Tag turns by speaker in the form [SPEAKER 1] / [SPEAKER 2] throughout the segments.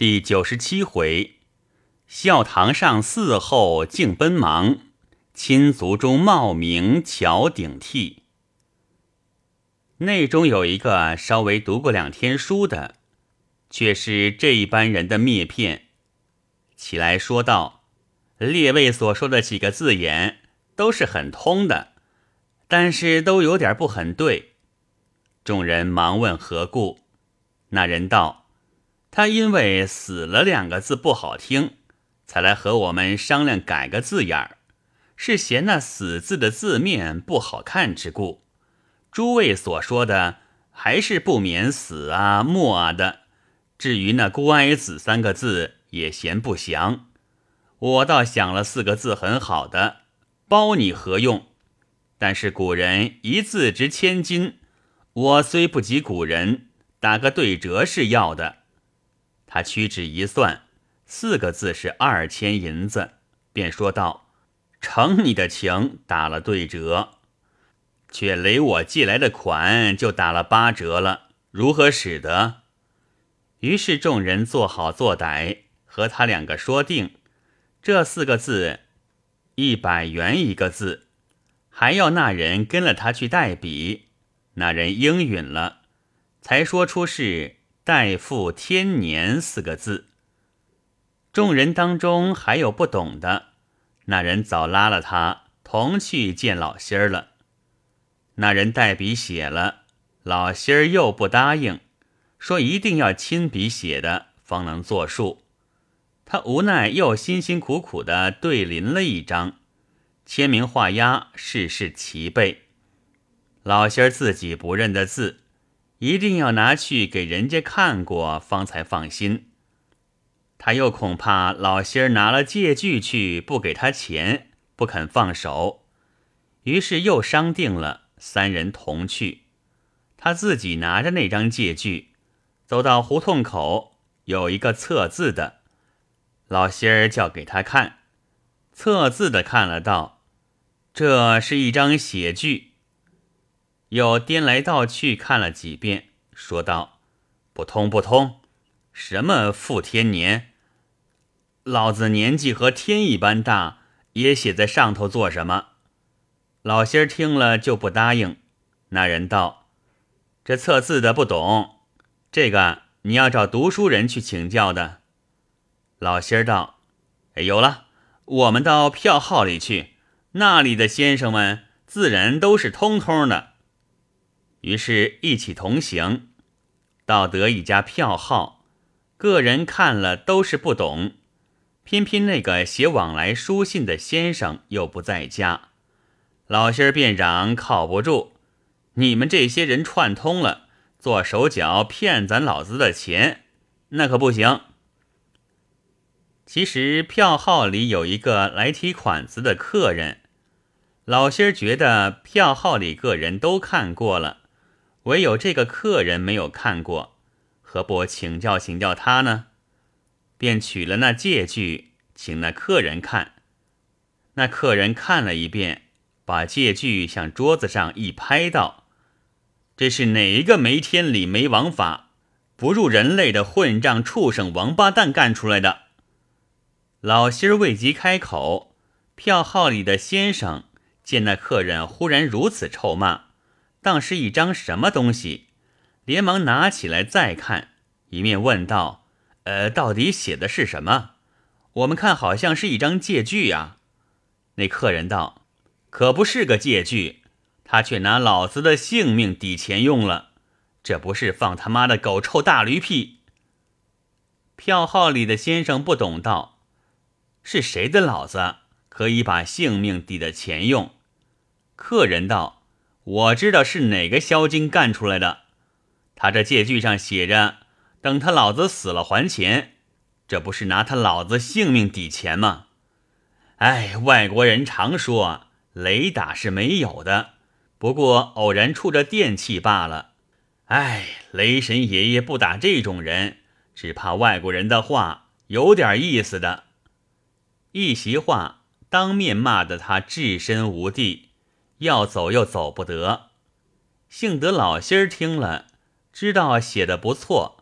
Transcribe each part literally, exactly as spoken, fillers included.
[SPEAKER 1] 第九十七回，孝堂上嗣后竞奔忙，亲族中冒名乔顶替。内中有一个稍微读过两天书的，却是这一般人的篾片，起来说道：列位所说的几个字眼都是很通的，但是都有点不很对。众人忙问何故，那人道：他因为死了两个字不好听，才来和我们商量改个字眼儿，是嫌那死字的字面不好看之故。诸位所说的还是不免死啊没啊的，至于那孤哀子三个字也嫌不详。我倒想了四个字很好的，包你何用？但是古人一字值千金，我虽不及古人，打个对折是要的。他屈指一算，四个字是二千银子，便说道：承你的情，打了对折，却累我借来的款就打了八折了，如何使得？于是众人做好做歹，和他两个说定，这四个字一百元一个字，还要那人跟了他去代笔。那人应允了，才说出是代付天年四个字。众人当中还有不懂的，那人早拉了他同去见老仙儿了。那人代笔写了，老仙儿又不答应，说一定要亲笔写的方能作数。他无奈又辛辛苦苦的对临了一张，签名画押，事事齐备。老仙儿自己不认的字，一定要拿去给人家看过方才放心。他又恐怕老仙儿拿了借据去不给他钱，不肯放手，于是又商定了三人同去。他自己拿着那张借据，走到胡同口，有一个测字的，老仙儿叫给他看。测字的看了道：这是一张血据。又颠来倒去看了几遍，说道：不通不通，什么复天年？老子年纪和天一般大，也写在上头做什么？老仙儿听了就不答应。那人道：这测字的不懂，这个你要找读书人去请教的。老仙儿道：哎，有了，我们到票号里去，那里的先生们自然都是通通的。于是一起同行，到得一家票号，个人看了都是不懂，偏偏那个写往来书信的先生又不在家。老仙儿便嚷靠不住，你们这些人串通了，做手脚骗咱老子的钱，那可不行。其实票号里有一个来提款子的客人，老仙儿觉得票号里个人都看过了，唯有这个客人没有看过，何不请教请教他呢？便取了那借据，请那客人看。那客人看了一遍，把借据向桌子上一拍道：这是哪一个没天理没王法，不入人类的混账畜生王八蛋干出来的？老仙儿未及开口，票号里的先生见那客人忽然如此臭骂，当是一张什么东西，连忙拿起来再看，一面问道：呃，到底写的是什么？我们看好像是一张借据啊。那客人道：可不是个借据，他却拿老子的性命抵钱用了，这不是放他妈的狗臭大驴屁。票号里的先生不懂道：是谁的老子可以把性命抵的钱用？客人道：我知道是哪个宵精干出来的，他这借据上写着等他老子死了还钱，这不是拿他老子性命抵钱吗？哎，外国人常说雷打是没有的，不过偶然触着电器罢了。哎，雷神爷爷不打这种人，只怕外国人的话有点意思的。一席话当面骂得他置身无地，要走又走不得。幸得老仙儿听了，知道写得不错，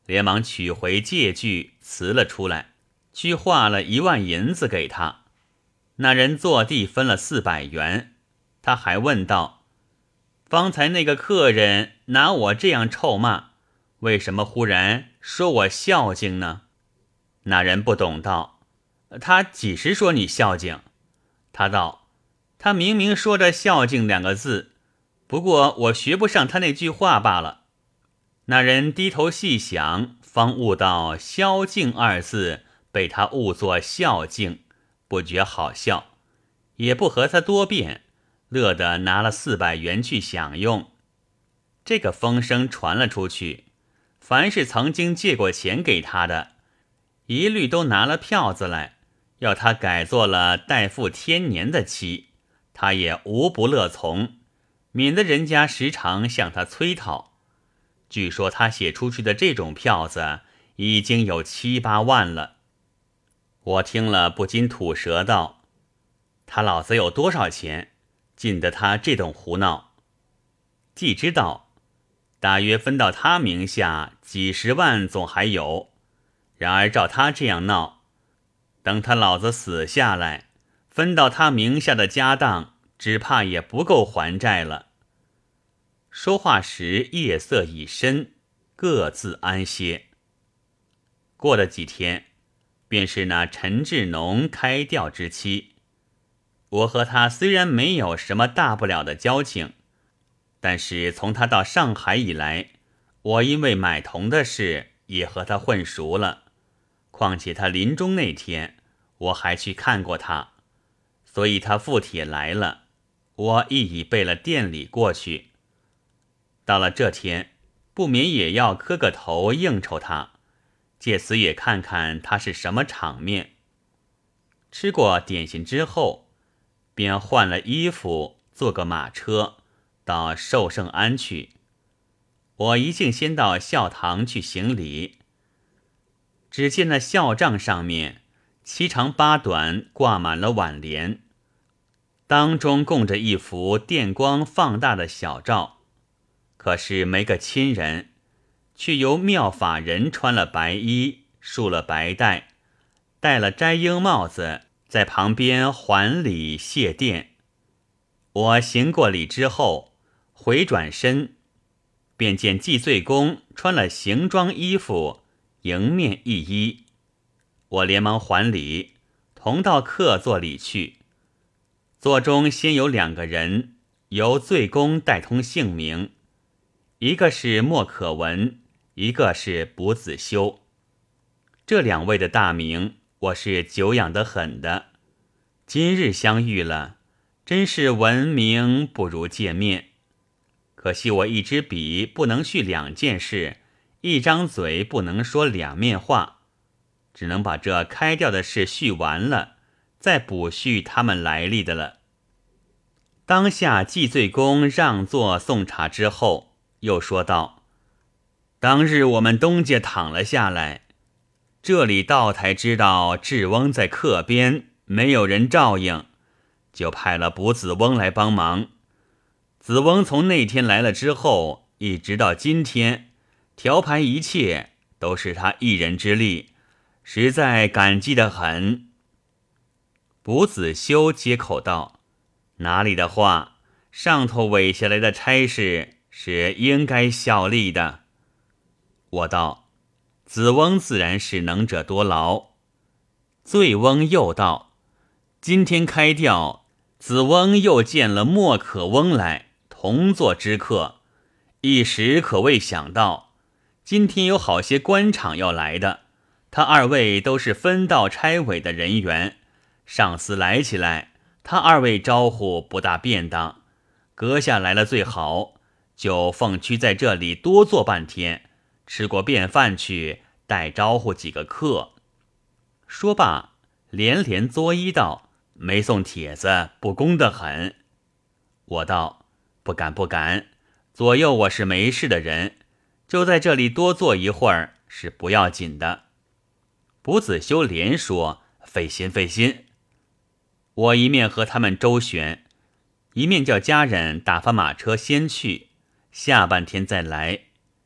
[SPEAKER 1] 连忙取回借据辞了出来，去画了一万银子给他。那人坐地分了四百元。他还问道：方才那个客人拿我这样臭骂，为什么忽然说我孝敬呢？那人不懂道：他几时说你孝敬？他道：他明明说着孝敬两个字，不过我学不上他那句话罢了。那人低头细想，方悟到孝敬二字被他误作孝敬，不觉好笑，也不和他多辩，乐得拿了四百元去享用。这个风声传了出去，凡是曾经借过钱给他的，一律都拿了票子来，要他改做了代父天年的妻，他也无不乐从，免得人家时常向他催讨。据说他写出去的这种票子已经有七八万了。我听了不禁吐舌道：他老子有多少钱，禁得他这等胡闹？既知道大约分到他名下几十万总还有，然而照他这样闹，等他老子死下来，分到他名下的家当只怕也不够还债了。说话时夜色已深，各自安歇。过了几天，便是那陈志农开吊之期。我和他虽然没有什么大不了的交情，但是从他到上海以来，我因为买铜的事也和他混熟了，况且他临终那天我还去看过他，所以他附帖来了，我亦已备了店里过去。到了这天，不免也要磕个头应酬他，借此也看看他是什么场面。吃过点心之后，便换了衣服，坐个马车到寿圣庵去。我一径先到孝堂去行礼，只见那孝帐上面七长八短挂满了挽联，当中供着一幅电光放大的小照，可是没个亲人，却由妙法人穿了白衣，束了白带，戴了摘缨帽子，在旁边还礼谢奠。我行过礼之后，回转身，便见祭罪公穿了行装衣服，迎面一揖。我连忙还礼，同到客座里去。座中先有两个人，由罪公带通姓名，一个是莫可闻，一个是卜子修。这两位的大名我是久仰得很的，今日相遇了，真是闻名不如见面。可惜我一支笔不能续两件事，一张嘴不能说两面话，只能把这开吊的事续完了，再补续他们来历的了。当下祭罪公让座送茶之后，又说道：当日我们东家躺了下来，这里道台知道智翁在客边，没有人照应，就派了卜子翁来帮忙。子翁从那天来了之后，一直到今天，调排一切都是他一人之力，实在感激得很。卜子修接口道：哪里的话，上头委下来的差事是应该效力的。我道：子翁自然是能者多劳。醉翁又道：今天开吊，子翁又见了莫可翁来同坐之客，一时可未想到今天有好些官场要来的，他二位都是分道差委的人员，上司来起来，他二位招呼不大便当，阁下来了最好，就奉屈在这里多坐半天，吃过便饭去，待招呼几个客。说罢连连作揖道：没送帖子，不恭得很。我道：不敢不敢，左右我是没事的人，就在这里多坐一会儿是不要紧的。卜子修连说：费心费心。我一面和他们周旋，一面叫家人打发马车先去，下半天再来。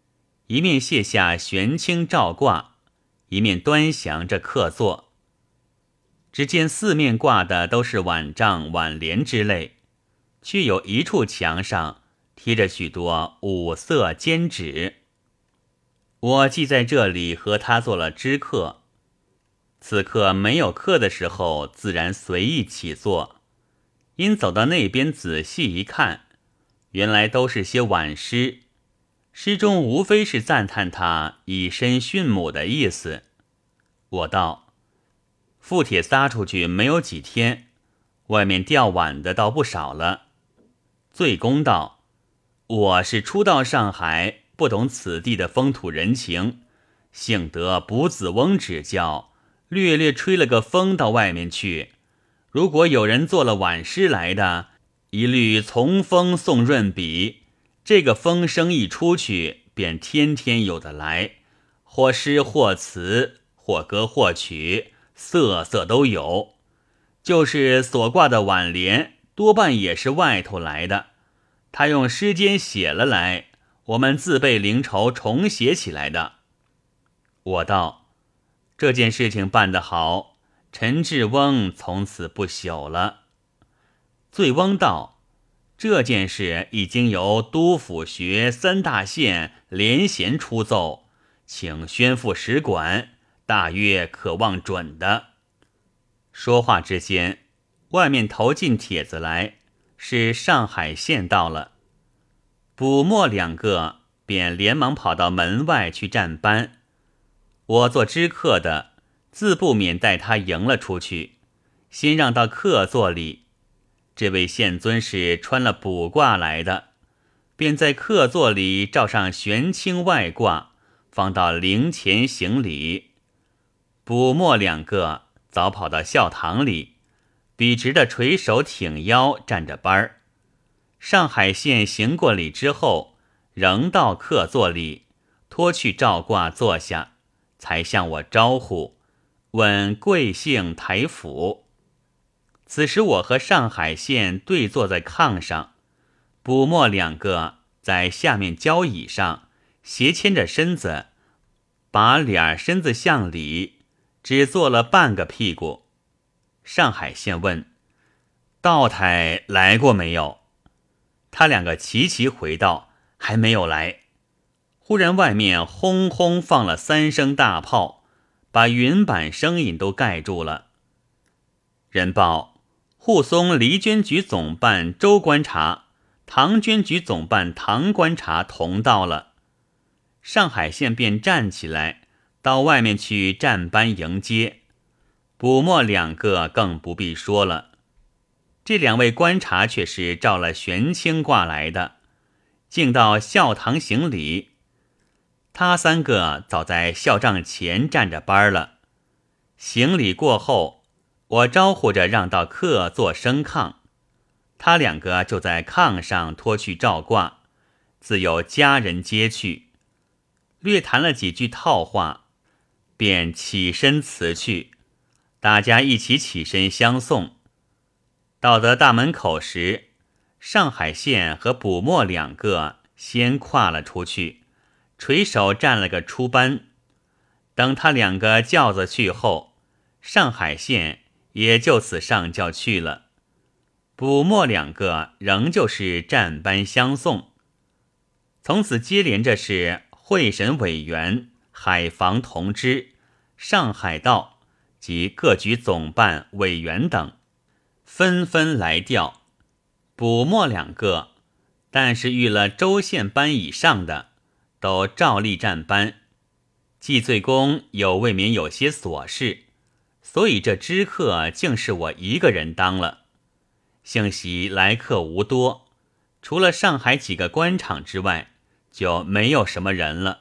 [SPEAKER 1] 一面卸下玄清罩挂，一面端详着客座。只见四面挂的都是碗帐、碗帘之类，却有一处墙上贴着许多五色笺纸。我既在这里和他做了知客，此刻没有客的时候，自然随意起坐。因走到那边仔细一看，原来都是些挽诗，诗中无非是赞叹他以身殉母的意思。我道：覆帖撒出去没有几天，外面吊碗的倒不少了。醉公道：我是初到上海，不懂此地的风土人情，幸得卜子翁指教，略略吹了个风到外面去。如果有人做了挽诗来的，一律从风送润笔，这个风声一出去，便天天有的来，或诗或词，或歌或曲，色色都有。就是所挂的挽联，多半也是外头来的，他用诗笺写了来，我们自备灵绸重写起来的。我道：这件事情办得好，陈志翁从此不朽了。醉翁道：这件事已经由都府学三大县联衔出奏，请宣赴使馆，大约可望准的。说话之间，外面投进帖子来，是上海县到了。卜墨两个便连忙跑到门外去站班。我做知客的，自不免带他迎了出去，先让到客座里。这位县尊是穿了卜褂来的，便在客座里罩上玄清外褂，放到灵前行礼。卜墨两个早跑到校堂里，笔直的垂手挺腰站着班儿。上海县行过礼之后，仍到客座里脱去罩褂坐下，才向我招呼，问贵姓台府。此时我和上海县对坐在炕上，卜墨两个在下面交椅上斜牵着身子，把脸身子向里，只坐了半个屁股。上海县问：道台来过没有？他两个齐齐回道：还没有来。忽然外面轰轰放了三声大炮，把云板声音都盖住了。人报护松黎捐局总办周观察、唐捐局总办唐观察同到了。上海县便站起来到外面去站班迎接。卜墨两个更不必说了，这两位观察却是照了玄清挂来的，竟到校堂行礼。他三个早在校帐前站着班了。行礼过后，我招呼着让到客座升炕，他两个就在炕上脱去罩褂，自有家人接去，略谈了几句套话，便起身辞去。大家一起起身相送。到得大门口时，上海县和卜墨两个先跨了出去，垂手站了个出班。等他两个轿子去后，上海县也就此上轿去了。卜墨两个仍旧是站班相送。从此接连着是会审委员、海防同知、上海道及各局总办委员等纷纷来调。卜墨两个但是遇了州县班以上的，都照例站班。祭罪公有未免有些琐事，所以这知客竟是我一个人当了。幸喜来客无多，除了上海几个官场之外，就没有什么人了。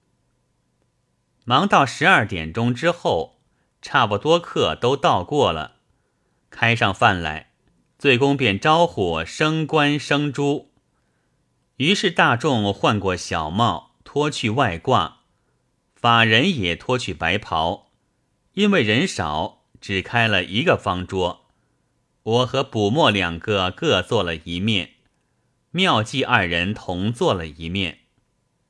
[SPEAKER 1] 忙到十二点钟之后，差不多客都到过了，开上饭来，醉公便招呼升官升珠。于是大众换过小帽，脱去外褂，法人也脱去白袍。因为人少，只开了一个方桌，我和卜墨两个各坐了一面，妙计二人同坐了一面。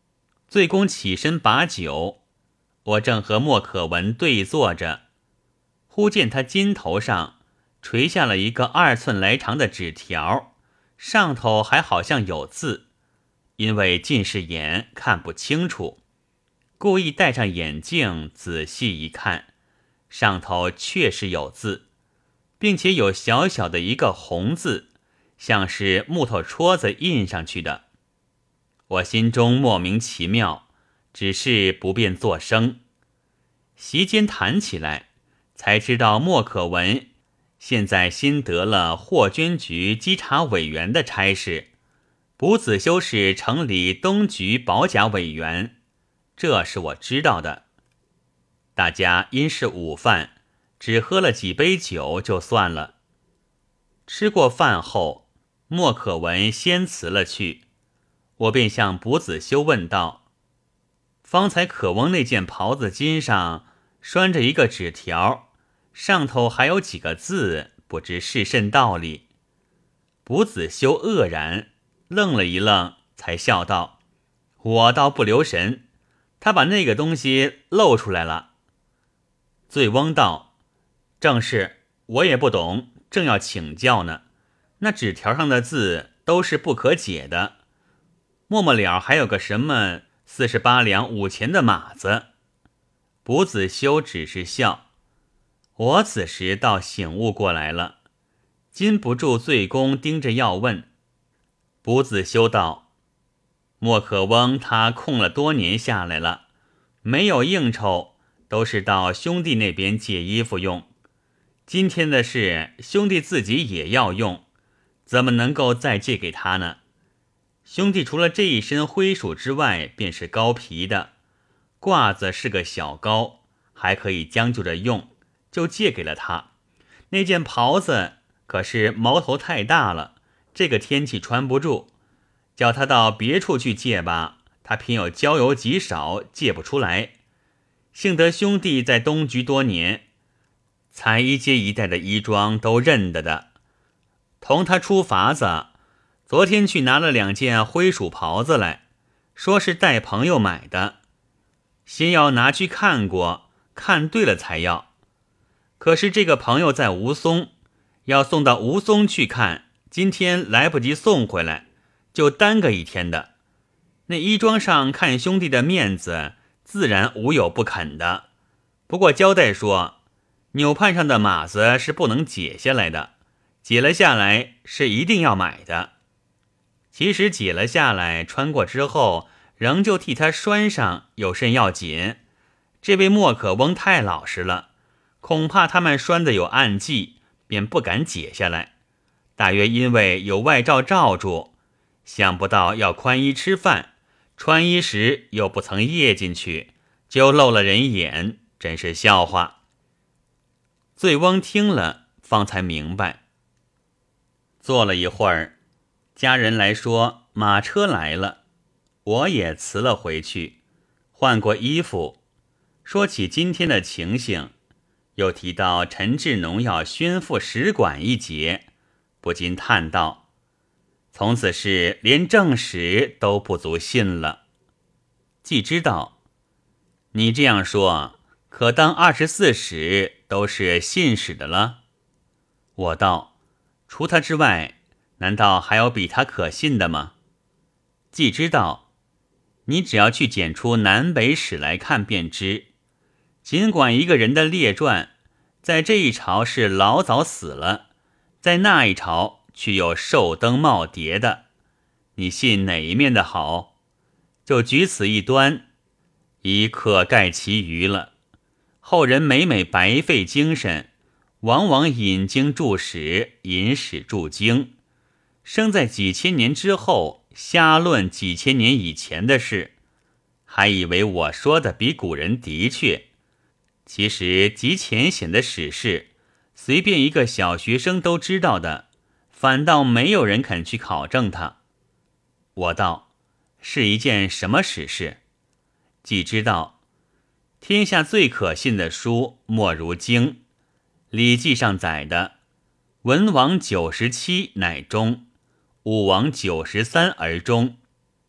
[SPEAKER 1] 醉公起身把酒，我正和莫可闻对坐着，忽见他襟头上垂下了一个二寸来长的纸条，上头还好像有字，因为近视眼看不清楚，故意戴上眼镜仔细一看，上头确实有字，并且有小小的一个红字，像是木头戳子印上去的。我心中莫名其妙，只是不便作声。席间谈起来，才知道莫可闻现在新得了霍捐局稽查委员的差事，卜子修是城里东局保甲委员，这是我知道的。大家因是午饭，只喝了几杯酒就算了。吃过饭后，莫可闻先辞了去，我便向卜子修问道：方才可翁那件袍子襟上拴着一个纸条，上头还有几个字，不知是甚道理。卜子修愕然，愣了一愣，才笑道：我倒不留神，他把那个东西露出来了。醉翁道：正是，我也不懂，正要请教呢。那纸条上的字都是不可解的，末末了还有个什么四十八两五钱的马子。卜子修只是笑。我此时倒醒悟过来了，禁不住醉公盯着要问。卜子修道：莫可翁他空了多年下来了，没有应酬，都是到兄弟那边借衣服用。今天的事，兄弟自己也要用，怎么能够再借给他呢？兄弟除了这一身灰鼠之外，便是高皮的，褂子是个小高，还可以将就着用，就借给了他。那件袍子可是毛头太大了，这个天气穿不住，叫他到别处去借吧，他偏有交游极少，借不出来。幸得兄弟在东局多年，才一街一带的衣装都认得的，同他出法子，昨天去拿了两件灰鼠袍子来，说是带朋友买的，先要拿去看过，看对了才要。可是这个朋友在吴淞，要送到吴淞去看，今天来不及送回来，就耽搁一天的。那衣装上看兄弟的面子，自然无有不肯的。不过交代说，纽畔上的马子是不能解下来的，解了下来是一定要买的。其实解了下来，穿过之后，仍旧替他拴上，有甚要紧？这位莫可翁太老实了，恐怕他们拴的有暗记，便不敢解下来。大约因为有外罩罩住，想不到要宽衣吃饭，穿衣时又不曾掖进去，就露了人眼，真是笑话。醉翁听了，方才明白。坐了一会儿，家人来说马车来了，我也辞了回去，换过衣服，说起今天的情形，又提到陈志农要宣赴使馆一节，不禁叹道：从此事连正史都不足信了。既知道你这样说，可当二十四史都是信使的了。我道：除他之外，难道还有比他可信的吗？既知道，你只要去检出南北史来看便知，尽管一个人的列传在这一朝是老早死了，在那一朝却又寿登耄耋的，你信哪一面的好？就举此一端，已可盖其余了。后人每每白费精神，往往引经注史，引史注经，生在几千年之后，瞎论几千年以前的事，还以为我说的比古人的确。其实极浅显的史事，随便一个小学生都知道的，反倒没有人肯去考证它。我道：是一件什么史事？既知道天下最可信的书莫如经，礼记上载的文王九十七乃中，武王九十三而终。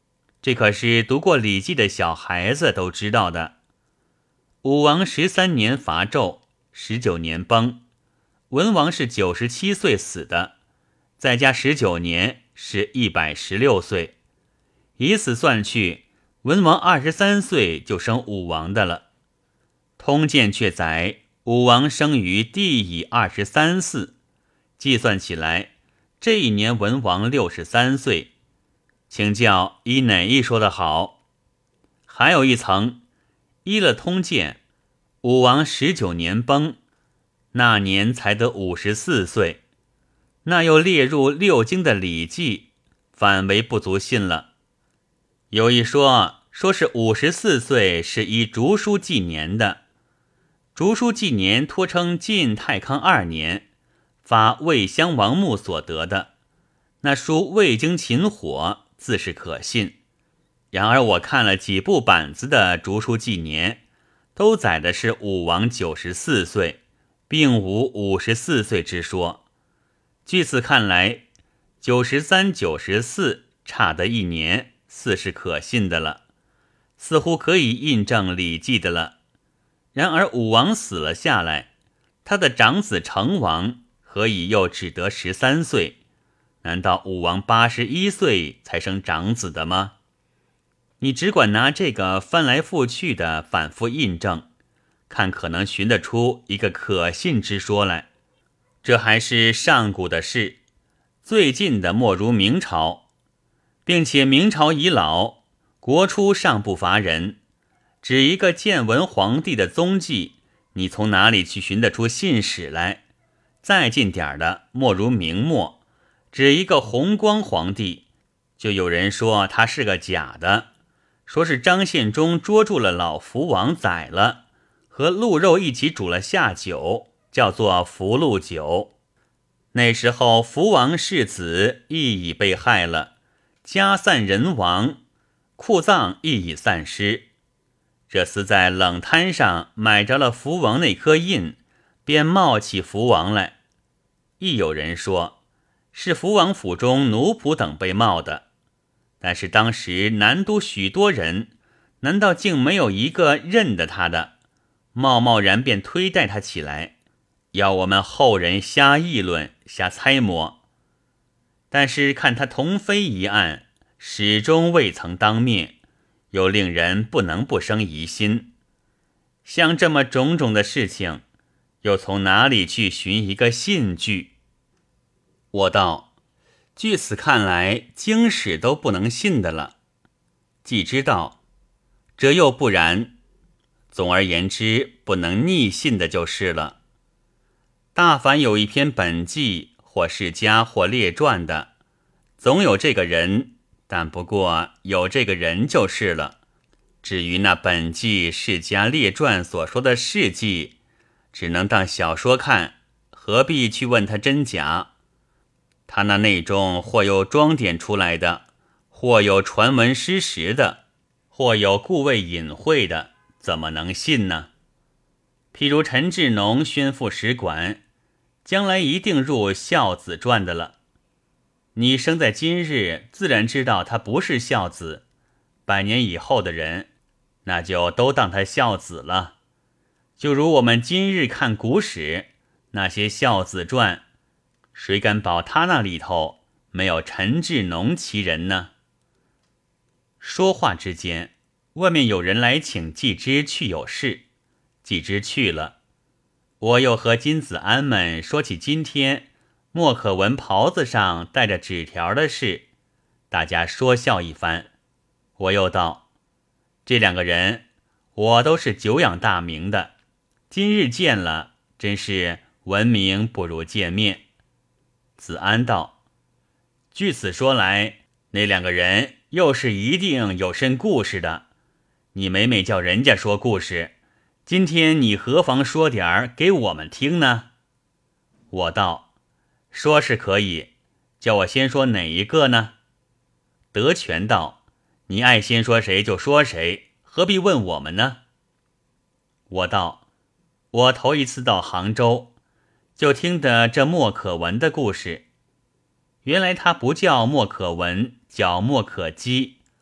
[SPEAKER 1] 这可是读过《礼记》的小孩子都知道的。武王十三年伐纣，十九年崩，文王是九十七岁死的，再加十九年是一百十六岁。以此算去，文王二十三岁就生武王的了。通鉴却载武王生于帝乙二十三四，计算起来，这一年文王六十三岁。请教依哪一说的好？还有一层，依了通鉴，武王十九年崩，那年才得五十四岁，那又列入六经的《礼记》，反为不足信了。有一说，说是五十四岁是依竹书纪年的，竹书纪年托称晋太康二年发魏襄王墓所得的，那书未经擒火，自是可信。然而我看了几部版子的竹书纪年，都载的是武王九十四岁，并无五十四岁之说。据此看来，九十三、九十四差得一年，似是可信的了，似乎可以印证《礼记》的了。然而武王死了下来，他的长子成王何以又只得十三岁？难道武王八十一岁才生长子的吗？你只管拿这个翻来覆去的反复印证，看可能寻得出一个可信之说来。这还是上古的事，最近的莫如明朝，并且明朝已老，国初尚不乏人，只一个建文皇帝的踪迹，你从哪里去寻得出信史来？再近点的莫如明末，只一个弘光皇帝，就有人说他是个假的，说是张献忠捉住了老福王宰了，和鹿肉一起煮了下酒，叫做福禄酒。那时候福王世子亦已被害了，家散人亡，库藏亦已散失。这厮在冷滩上买着了福王那颗印，便冒起福王来。亦有人说是福王府中奴仆等被冒的，但是当时南都许多人，难道竟没有一个认得他的？贸贸然便推戴他起来，要我们后人瞎议论、瞎猜摩。但是看他同妃一案，始终未曾当面，又令人不能不生疑心。像这么种种的事情，又从哪里去寻一个信据？我道，据此看来，经史都不能信的了。既知道，这又不然。总而言之，不能逆信的就是了。大凡有一篇本纪，或世家或列传的，总有这个人，但不过有这个人就是了。至于那本纪、世家、列传所说的事迹，只能当小说看，何必去问他真假？他那内中或有装点出来的，或有传闻失实的，或有故未隐晦的，怎么能信呢？譬如陈志农宣赴使馆，将来一定入孝子传的了。你生在今日，自然知道他不是孝子，百年以后的人，那就都当他孝子了。就如我们今日看古史，那些孝子传，谁敢保他那里头没有陈志农其人呢？说话之间，外面有人来请季之去有事，季之去了。我又和金子安们说起今天莫可闻袍子上带着纸条的事，大家说笑一番。我又道，这两个人我都是久仰大名的，今日见了，真是闻名不如见面。子安道，据此说来，那两个人又是一定有甚故事的。你每每叫人家说故事，今天你何妨说点儿给我们听呢？我道，说是可以，叫我先说哪一个呢？德全道，你爱先说谁就说谁，何必问我们呢？我道，我头一次到杭州，就听得这莫可闻的故事。原来他不叫莫可闻，叫莫可基，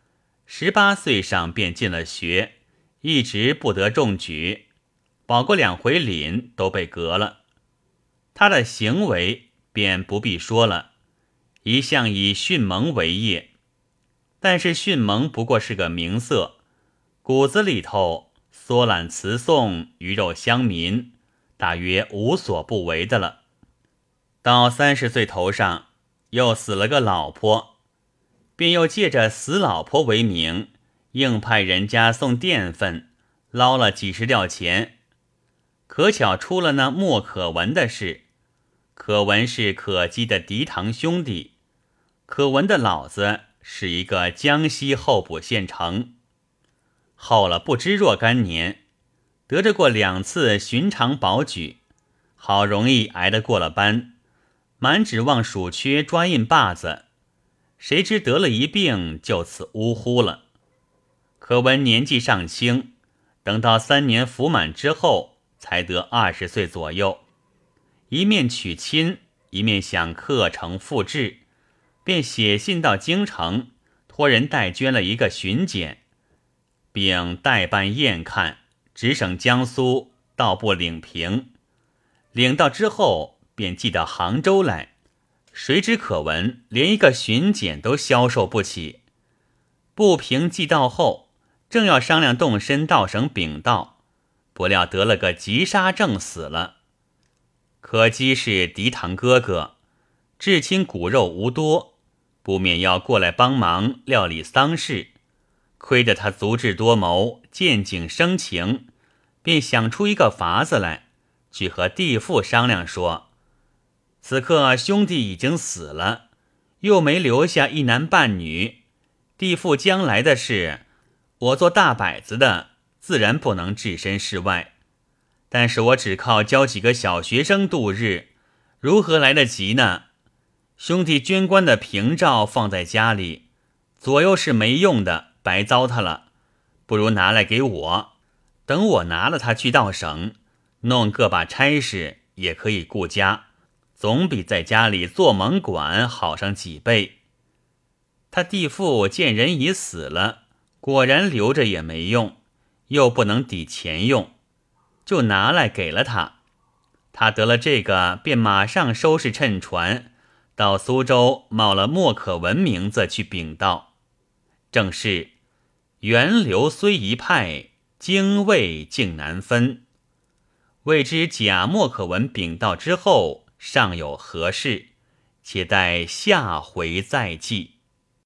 [SPEAKER 1] 十八岁上便进了学，一直不得中举，保过两回廪都被革了。他的行为便不必说了，一向以训蒙为业，但是训蒙不过是个名色，骨子里头缩懒辞颂，鱼肉乡民，大约无所不为的了。到三十岁头上又死了个老婆，便又借着死老婆为名，硬派人家送淀粉，捞了几十吊钱。可巧出了那莫可闻的事。可闻是可基的嫡堂兄弟，可闻的老子是一个江西候补县丞，候了不知若干年，得着过两次寻常保举，好容易挨得过了班，满指望蜀缺抓印把子，谁知得了一病，就此呜呼了。可闻年纪尚轻，等到三年服满之后，才得二十岁左右，一面娶亲，一面想课程复制，便写信到京城，托人代捐了一个巡检，并代办验看，直省江苏道部领评。领到之后，便寄到杭州来。谁知可闻连一个巡检都销售不起。部评寄到后，正要商量动身到省禀道，不料得了个急杀症死了。可基是嫡堂哥哥，至亲骨肉无多，不免要过来帮忙料理丧事。亏得他足智多谋，见景生情，便想出一个法子来，去和弟父商量说，此刻兄弟已经死了，又没留下一男半女，弟父将来的事，我做大摆子的自然不能置身事外，但是我只靠教几个小学生度日，如何来得及呢？兄弟捐官的凭照放在家里，左右是没用的，白糟蹋了，不如拿来给我，等我拿了他去到省，弄个把差事也可以顾家，总比在家里做蒙管好上几倍。他弟父见人已死了，果然留着也没用，又不能抵钱用，就拿来给了他。他得了这个，便马上收拾乘船，到苏州冒了莫可闻名字去禀道。正是源流虽一派，泾渭竟难分。未知假莫可闻禀道之后尚有何事，且待下回再记。